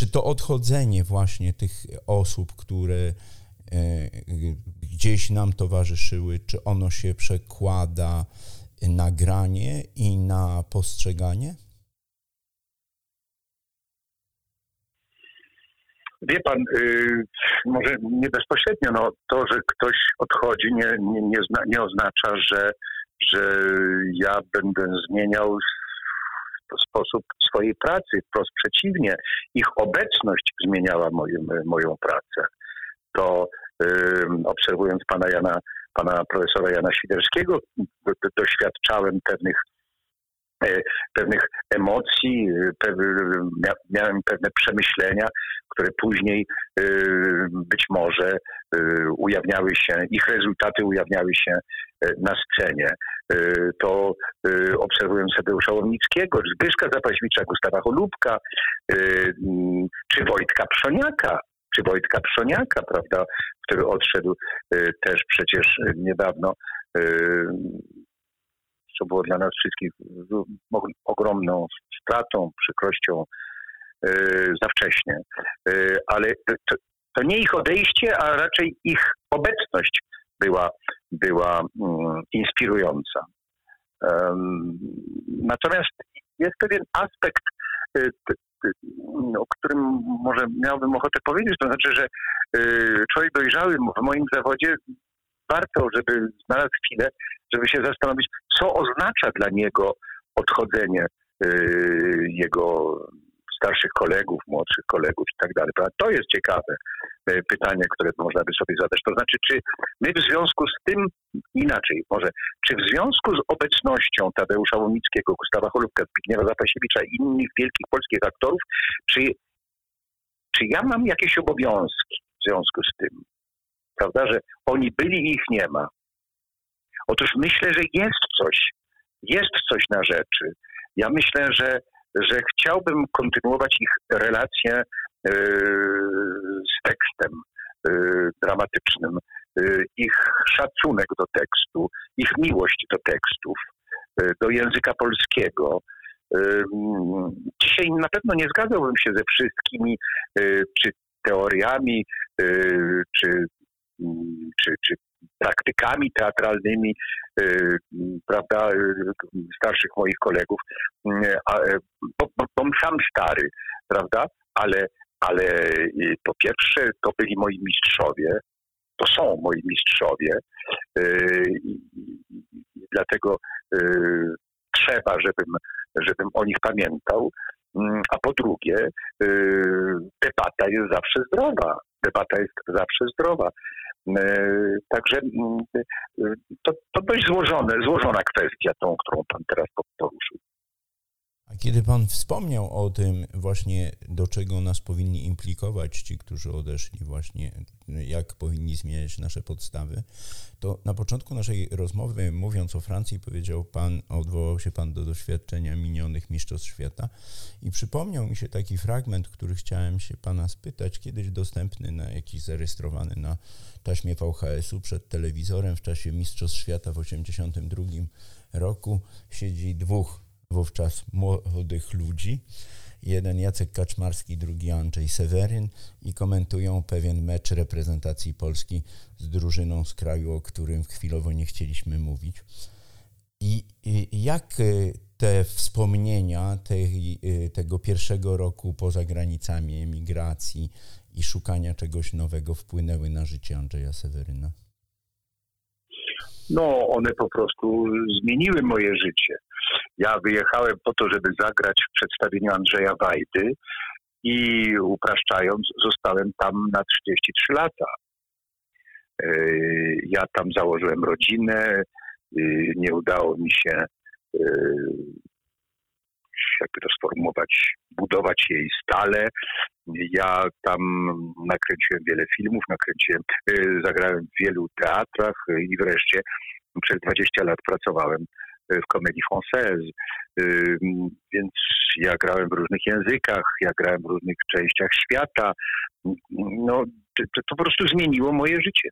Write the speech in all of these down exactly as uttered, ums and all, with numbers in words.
czy to odchodzenie właśnie tych osób, które gdzieś nam towarzyszyły, czy ono się przekłada na granie i na postrzeganie? Wie pan, yy, może nie bezpośrednio, no to, że ktoś odchodzi, nie, nie, nie, zna, nie oznacza, że, że ja będę zmieniał sposób swojej pracy. Wprost przeciwnie, ich obecność zmieniała moje, moją pracę. To yy, obserwując pana Jana, pana profesora Jana Świderskiego, do, do, doświadczałem pewnych pewnych emocji, miałem pewne przemyślenia, które później być może ujawniały się, ich rezultaty ujawniały się na scenie. To obserwując Tadeusza Łomnickiego, Zbyszka Zapaświcza, Gustawa Holubka, czy Wojtka Przoniaka, czy Wojtka Przoniaka, prawda, który odszedł też przecież niedawno, co było dla nas wszystkich ogromną stratą, przykrością yy, za wcześnie. Yy, ale to, to nie ich odejście, a raczej ich obecność była, była um, inspirująca. Um, natomiast jest pewien aspekt, yy, yy, o którym może miałbym ochotę powiedzieć, to znaczy, że yy, człowiek dojrzały w moim zawodzie warto, żeby znalazł chwilę, żeby się zastanowić, co oznacza dla niego odchodzenie yy, jego starszych kolegów, młodszych kolegów i tak dalej. To jest ciekawe yy, pytanie, które można by sobie zadać. To znaczy, czy my w związku z tym, inaczej może, czy w związku z obecnością Tadeusza Łomnickiego, Gustawa Holubka, Zbigniewa Zapasiewicza i innych wielkich polskich aktorów, czy, czy ja mam jakieś obowiązki w związku z tym? Prawda, że oni byli i ich nie ma. Otóż myślę, że jest coś, jest coś na rzeczy. Ja myślę, że, że chciałbym kontynuować ich relacje yy, z tekstem yy, dramatycznym, yy, ich szacunek do tekstu, ich miłość do tekstów, yy, do języka polskiego. Yy, dzisiaj na pewno nie zgadzałbym się ze wszystkimi yy, czy teoriami, yy, czy Czy, czy praktykami teatralnymi, yy, prawda, yy, starszych moich kolegów, yy, a, bo, bo, bo sam stary, prawda, ale, ale yy, po pierwsze to byli moi mistrzowie, to są moi mistrzowie yy, i, i dlatego yy, trzeba, żebym, żebym o nich pamiętał, yy, a po drugie yy, debata jest zawsze zdrowa, debata jest zawsze zdrowa. Także to, to dość złożone, złożona kwestia, tą, którą pan teraz poruszył. A kiedy pan wspomniał o tym właśnie, do czego nas powinni implikować ci, którzy odeszli, właśnie jak powinni zmieniać nasze podstawy, to na początku naszej rozmowy, mówiąc o Francji, powiedział pan, odwołał się pan do doświadczenia minionych mistrzostw świata i przypomniał mi się taki fragment, który chciałem się pana spytać, kiedyś dostępny, na jakiś zarejestrowany na taśmie V H S-u przed telewizorem w czasie mistrzostw świata w osiemdziesiątym drugim roku. Siedzi dwóch wówczas młodych ludzi, jeden Jacek Kaczmarski, drugi Andrzej Seweryn i komentują pewien mecz reprezentacji Polski z drużyną z kraju, o którym chwilowo nie chcieliśmy mówić. I, i jak te wspomnienia tej, tego pierwszego roku poza granicami emigracji i szukania czegoś nowego wpłynęły na życie Andrzeja Seweryna? No, one po prostu zmieniły moje życie. Ja wyjechałem po to, żeby zagrać w przedstawieniu Andrzeja Wajdy i upraszczając, zostałem tam na trzydzieści trzy lata. Ja tam założyłem rodzinę, nie udało mi się, jakby to sformułować, budować jej stale. Ja tam nakręciłem wiele filmów, nakręciłem, zagrałem w wielu teatrach i wreszcie przez dwadzieścia lat pracowałem w Comédie Française, więc ja grałem w różnych językach, ja grałem w różnych częściach świata. No, to, to po prostu zmieniło moje życie.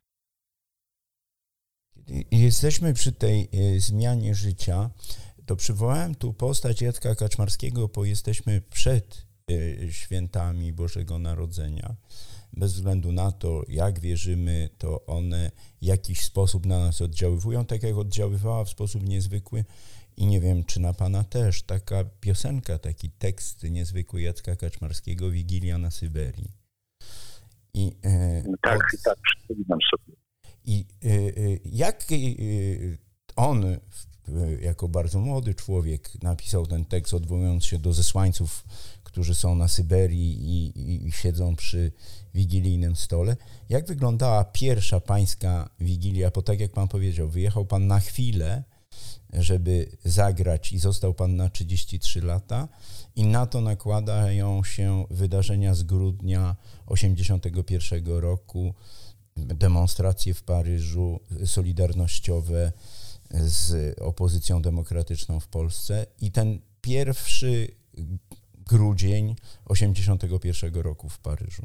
Kiedy jesteśmy przy tej zmianie życia, to przywołałem tu postać Jacka Kaczmarskiego, bo jesteśmy przed świętami Bożego Narodzenia. Bez względu na to, jak wierzymy, to one w jakiś sposób na nas oddziaływują, tak jak oddziaływała w sposób niezwykły. I nie wiem, czy na pana też taka piosenka, taki tekst niezwykły Jacka Kaczmarskiego, Wigilia na Syberii. I, e, tak, od... tak, przypominam sobie. I e, e, jak e, on, e, jako bardzo młody człowiek, napisał ten tekst, odwołując się do zesłańców, którzy są na Syberii i, i, i siedzą przy wigilijnym stole. Jak wyglądała pierwsza pańska wigilia? Bo tak jak pan powiedział, wyjechał pan na chwilę, żeby zagrać i został pan na trzydzieści trzy lata i na to nakładają się wydarzenia z grudnia osiemdziesiątego pierwszego roku, demonstracje w Paryżu, solidarnościowe z opozycją demokratyczną w Polsce i ten pierwszy grudzień osiemdziesiątego pierwszego roku w Paryżu.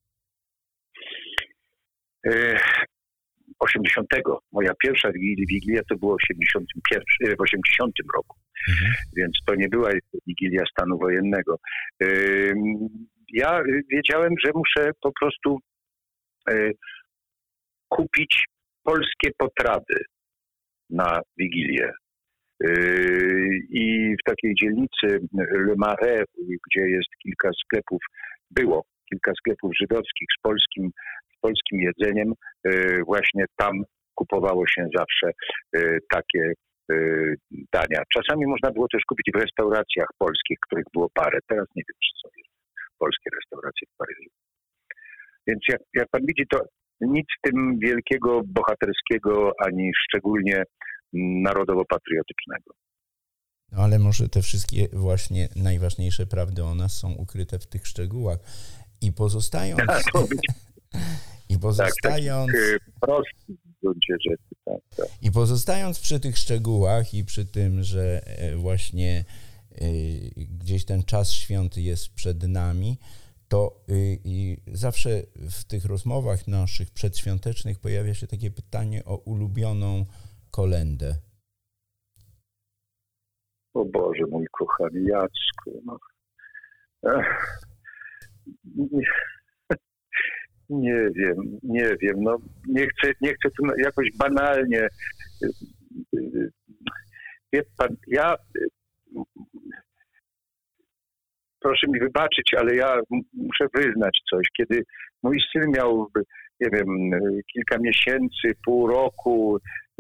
osiemdziesiątego. Moja pierwsza wigilia to było w osiemdziesiątym roku, mhm. Więc to nie była wigilia stanu wojennego. Ja wiedziałem, że muszę po prostu kupić polskie potrawy na wigilię. I w takiej dzielnicy Le Marais, gdzie jest kilka sklepów, było kilka sklepów żydowskich z polskim polskim jedzeniem, właśnie tam kupowało się zawsze takie dania. Czasami można było też kupić w restauracjach polskich, których było parę. Teraz nie wiem, czy są polskie restauracje w Paryżu. Więc jak, jak pan widzi, to nic w tym wielkiego, bohaterskiego, ani szczególnie narodowo-patriotycznego. No ale może te wszystkie właśnie najważniejsze prawdy o nas są ukryte w tych szczegółach. I pozostając... I pozostając, tak, tak, tak, tak. I pozostając przy tych szczegółach i przy tym, że właśnie gdzieś ten czas świąt jest przed nami, to i zawsze w tych rozmowach naszych przedświątecznych pojawia się takie pytanie o ulubioną kolędę. O Boże, mój kochany Jacku. No. Ech. Nie wiem, nie wiem, no nie chcę, nie chcę tu jakoś banalnie. Wie pan, ja proszę mi wybaczyć, ale ja muszę wyznać coś. Kiedy mój syn miał, nie wiem, kilka miesięcy, pół roku,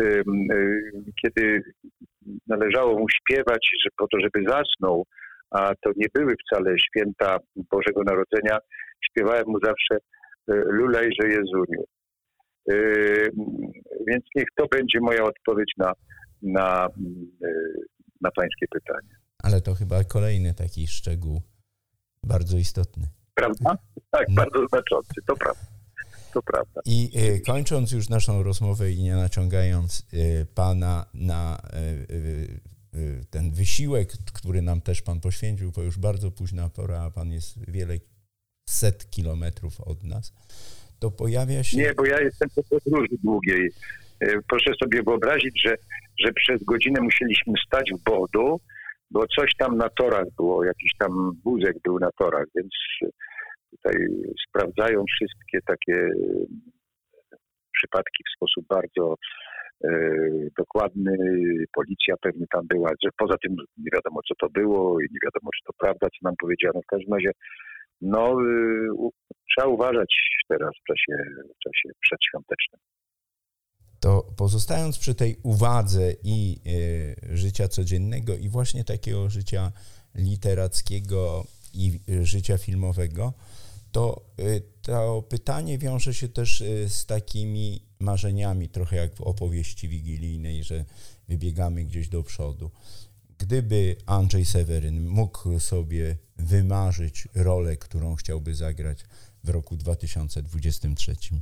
kiedy należało mu śpiewać że po to, żeby zasnął, a to nie były wcale święta Bożego Narodzenia, śpiewałem mu zawsze Lulejże Jezuniu. Yy, więc niech to będzie moja odpowiedź na, na, yy, na pańskie pytanie. Ale to chyba kolejny taki szczegół bardzo istotny. Prawda? Tak, no. Bardzo znaczący, to prawda. To prawda. I y, kończąc już naszą rozmowę i nie naciągając y, pana na y, y, y, ten wysiłek, który nam też pan poświęcił, bo już bardzo późna pora, a pan jest wiele set kilometrów od nas, to pojawia się... Nie, bo ja jestem po podróży długiej. Proszę sobie wyobrazić, że, że przez godzinę musieliśmy stać w Bordeaux, bo coś tam na torach było, jakiś tam wózek był na torach, więc tutaj sprawdzają wszystkie takie przypadki w sposób bardzo e, dokładny. Policja pewnie tam była, że poza tym nie wiadomo, co to było i nie wiadomo, czy to prawda, co nam powiedziano. W każdym razie no, y, trzeba uważać teraz w czasie, w czasie przedświątecznym. To pozostając przy tej uwadze i y, życia codziennego i właśnie takiego życia literackiego i y, życia filmowego, to y, to pytanie wiąże się też y, z takimi marzeniami, trochę jak w opowieści wigilijnej, że wybiegamy gdzieś do przodu. Gdyby Andrzej Seweryn mógł sobie wymarzyć rolę, którą chciałby zagrać w roku dwa tysiące dwudziestym trzecim?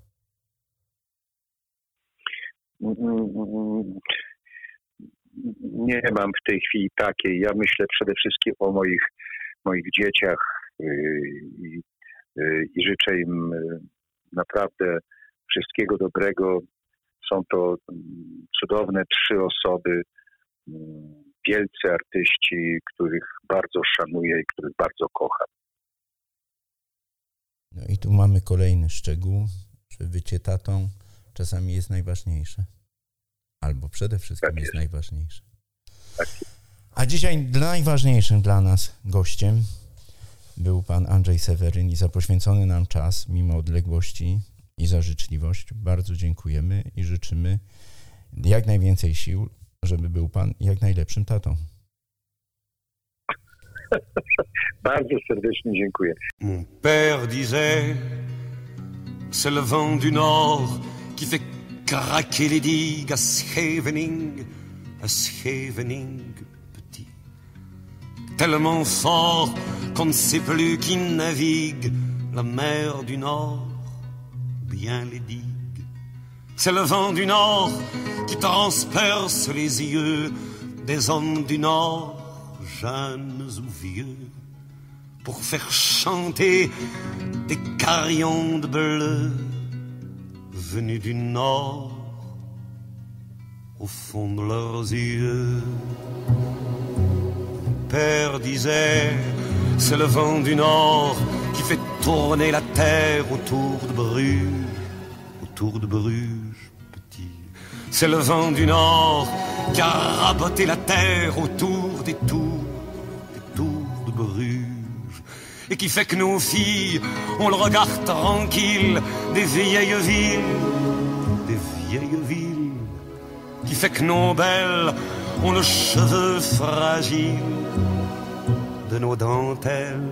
Nie mam w tej chwili takiej. Ja myślę przede wszystkim o moich, moich dzieciach i, i życzę im naprawdę wszystkiego dobrego. Są to cudowne trzy osoby, wielcy artyści, których bardzo szanuję i których bardzo kocham. i tu mamy kolejny szczegół, że bycie tatą czasami jest najważniejsze. Albo przede wszystkim tak jest. jest najważniejsze. Tak. A dzisiaj najważniejszym dla nas gościem był pan Andrzej Seweryn i za poświęcony nam czas, mimo odległości i za życzliwość, bardzo dziękujemy i życzymy jak najwięcej sił, żeby był pan jak najlepszym tatą. Bardzo serdecznie dziękuję. Mon père disait, c'est le vent du nord qui fait craquer les digues à Scheveningen, à Scheveningen petit. Tellement fort qu'on ne sait plus qui navigue la mer du nord, bien les digues. C'est le vent du nord qui transperce les yeux des hommes du nord, jeunes ou vieux, pour faire chanter des carillons de bleu venus du nord au fond de leurs yeux. Mon père disait, c'est le vent du nord qui fait tourner la terre autour de Bruges, autour de Bruges petit. C'est le vent du nord qui a raboté la terre autour des tours, des tours de Bruges, et qui fait que nos filles ont le regard tranquille des vieilles villes, des vieilles villes, qui fait que nos belles ont le cheveu fragile de nos dentelles,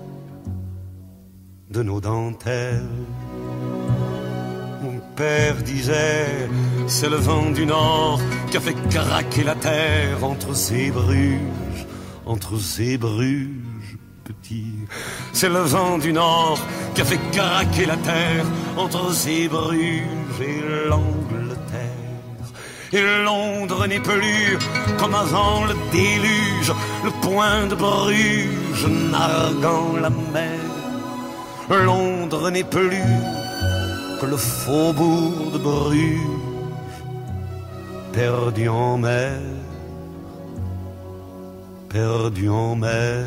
de nos dentelles. Mon père disait, c'est le vent du nord qui a fait craquer la terre entre ces Bruges, entre ces Bruges petit. C'est le vent du nord qui a fait craquer la terre entre ces Bruges et l'Angleterre. Et Londres n'est plus comme avant le déluge, le point de Bruges narguant la mer. Londres n'est plus que le faubourg de Bruges, perdu en mer, perdu en mer.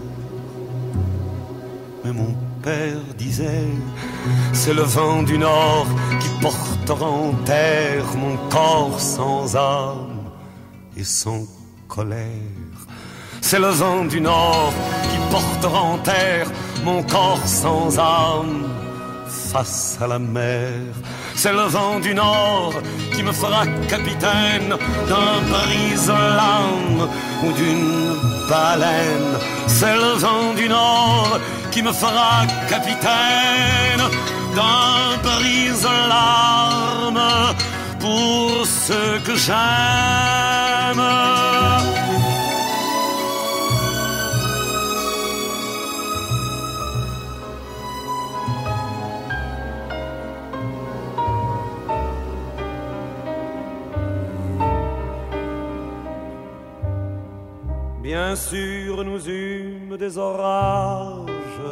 Mais mon père disait, c'est le vent du nord qui portera en terre mon corps sans âme et sans colère. C'est le vent du nord qui portera en terre mon corps sans âme face à la mer. C'est le vent du nord qui me fera capitaine d'un brise-lames ou d'une baleine. C'est le vent du nord qui me fera capitaine d'un brise-larmes pour ceux que j'aime. Bien sûr, nous eûmes des orages.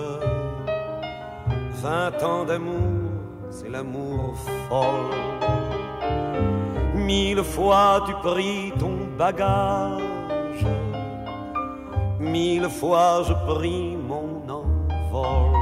Vingt ans d'amour, c'est l'amour folle. Mille fois tu pris ton bagage, mille fois je pris mon envol.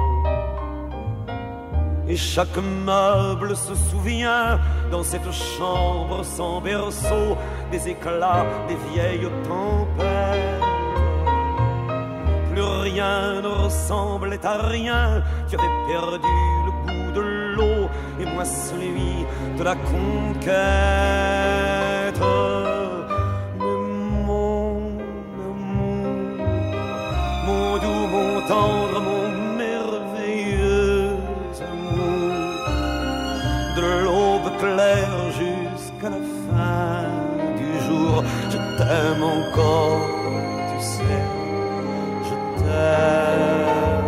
Et chaque meuble se souvient dans cette chambre sans berceau des éclats des vieilles tempêtes. Plus rien ne ressemblait à rien, tu avais perdu le goût de l'eau et moi celui de la conquête. Mais mon amour, mon doux, mon tendre, mon merveilleux amour, de l'aube claire jusqu'à la fin du jour, je t'aime encore, tu sais, je t'aime.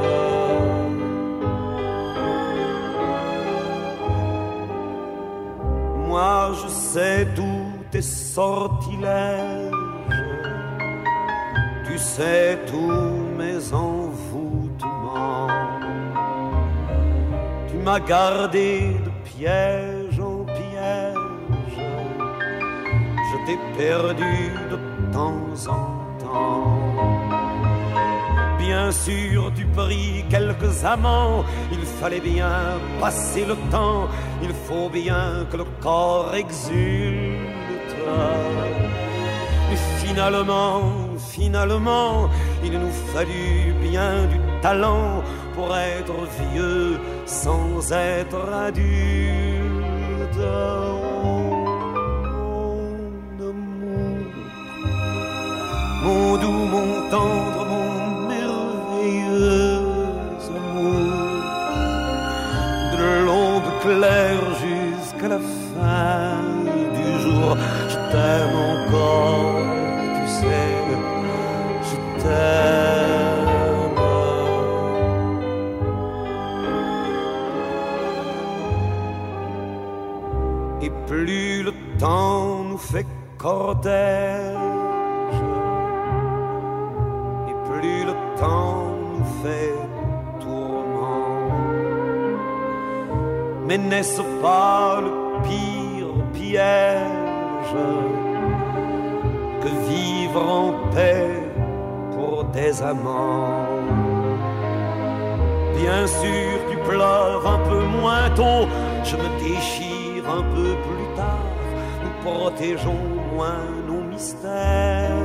Moi je sais tous tes sortilèges, tu sais tous mes envoûtements. Tu m'as gardé de piège en piège, je t'ai perdu de temps en temps. bien sûr tu pris quelques amants, il fallait bien passer le temps, il faut bien que le corps exulte. Mais finalement, finalement, il nous fallut bien du talent pour être vieux sans être adulte. Mon doux, mon tendre, mon merveilleux amour, de l'aube claire jusqu'à la fin du jour, je t'aime encore, tu sais, je t'aime. Et plus le temps nous fait cortège, plus le temps nous fait tourment. Mais n'est-ce pas le pire piège que vivre en paix pour des amants? Bien sûr tu pleures un peu moins tôt, je me déchire un peu plus tard, nous protégeons moins nos mystères.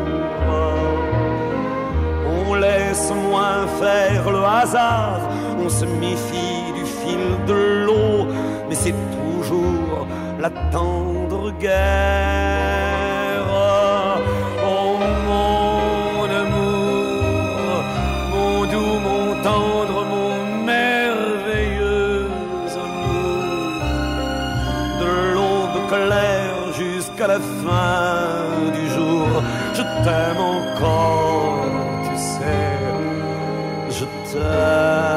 On laisse moins faire le hasard, on se méfie du fil de l'eau, mais c'est toujours la tendre guerre. Oh mon amour, mon doux, mon tendre, mon merveilleux amour, de l'aube claire jusqu'à la fin du jour, je t'aime encore. Je t'aime.